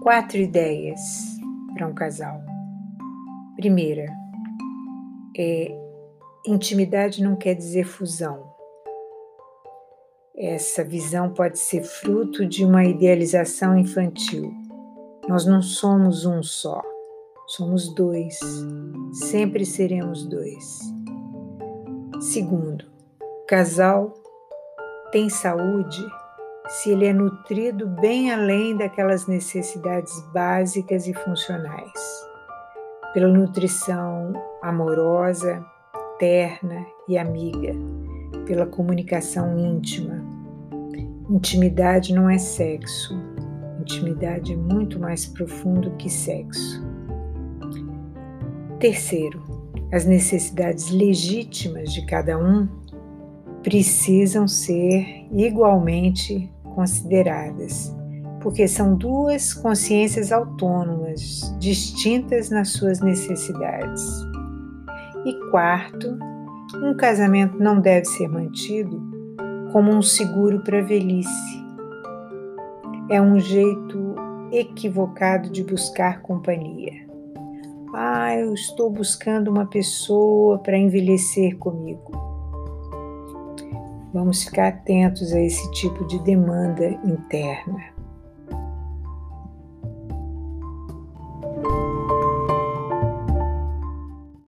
4 ideias para um casal. Primeira, intimidade não quer dizer fusão. Essa visão pode ser fruto de uma idealização infantil. Nós não somos um só, somos dois. Sempre seremos dois. Segundo, o casal tem saúde se ele é nutrido bem além daquelas necessidades básicas e funcionais, pela nutrição amorosa, terna e amiga, pela comunicação íntima. Intimidade não é sexo. Intimidade é muito mais profundo que sexo. Terceiro, as necessidades legítimas de cada um precisam ser igualmente consideradas, porque são duas consciências autônomas, distintas nas suas necessidades. E quarto, um casamento não deve ser mantido como um seguro para a velhice. É um jeito equivocado de buscar companhia. Eu estou buscando uma pessoa para envelhecer comigo. Vamos ficar atentos a esse tipo de demanda interna.